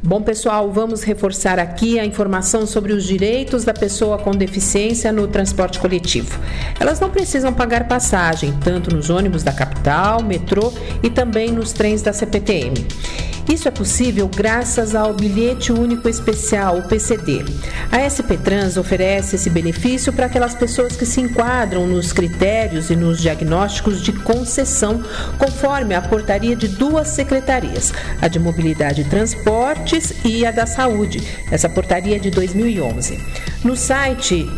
Bom, pessoal, vamos reforçar aqui a informação sobre os direitos da pessoa com deficiência no transporte coletivo. Elas não precisam pagar passagem, tanto nos ônibus da capital, metrô e também nos trens da CPTM. Isso é possível graças ao Bilhete Único Especial, o PCD. A SP Trans oferece esse benefício para aquelas pessoas que se enquadram nos critérios e nos diagnósticos de concessão, conforme a portaria de duas secretarias, a de Mobilidade e Transportes e a da Saúde, essa portaria de 2011. No site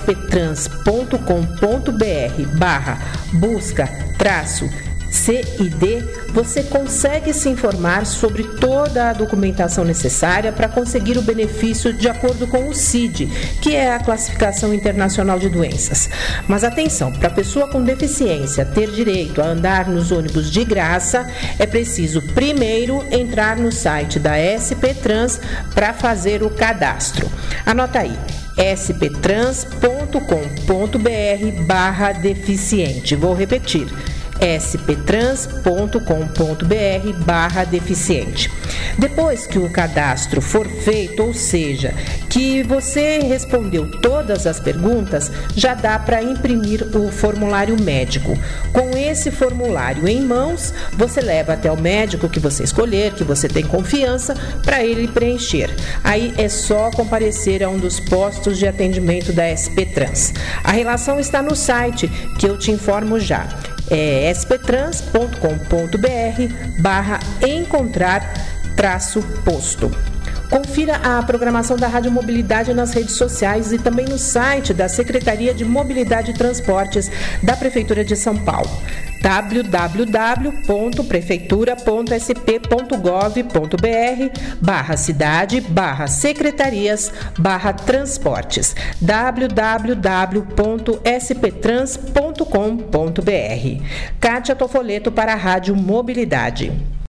sptrans.com.br/busca-CID, você consegue se informar sobre toda a documentação necessária para conseguir o benefício de acordo com o CID, que é a Classificação Internacional de Doenças. Mas atenção, para a pessoa com deficiência ter direito a andar nos ônibus de graça, é preciso primeiro entrar no site da SP Trans para fazer o cadastro. Anota aí, sptrans.com.br/deficiente. Vou repetir, sptrans.com.br/deficiente. Depois que o cadastro for feito, ou seja, que você respondeu todas as perguntas, já dá para imprimir o formulário médico. Com esse formulário em mãos, você leva até o médico que você escolher, que você tem confiança, para ele preencher. Aí é só comparecer a um dos postos de atendimento da SP Trans. A relação está no site, que eu te informo já. É sptrans.com.br/encontrar-posto. Confira a programação da Rádio Mobilidade nas redes sociais e também no site da Secretaria de Mobilidade e Transportes da Prefeitura de São Paulo, www.prefeitura.sp.gov.br/cidade/secretarias/transportes, www.sptrans.com.br. Kátia Tofoleto para a Rádio Mobilidade.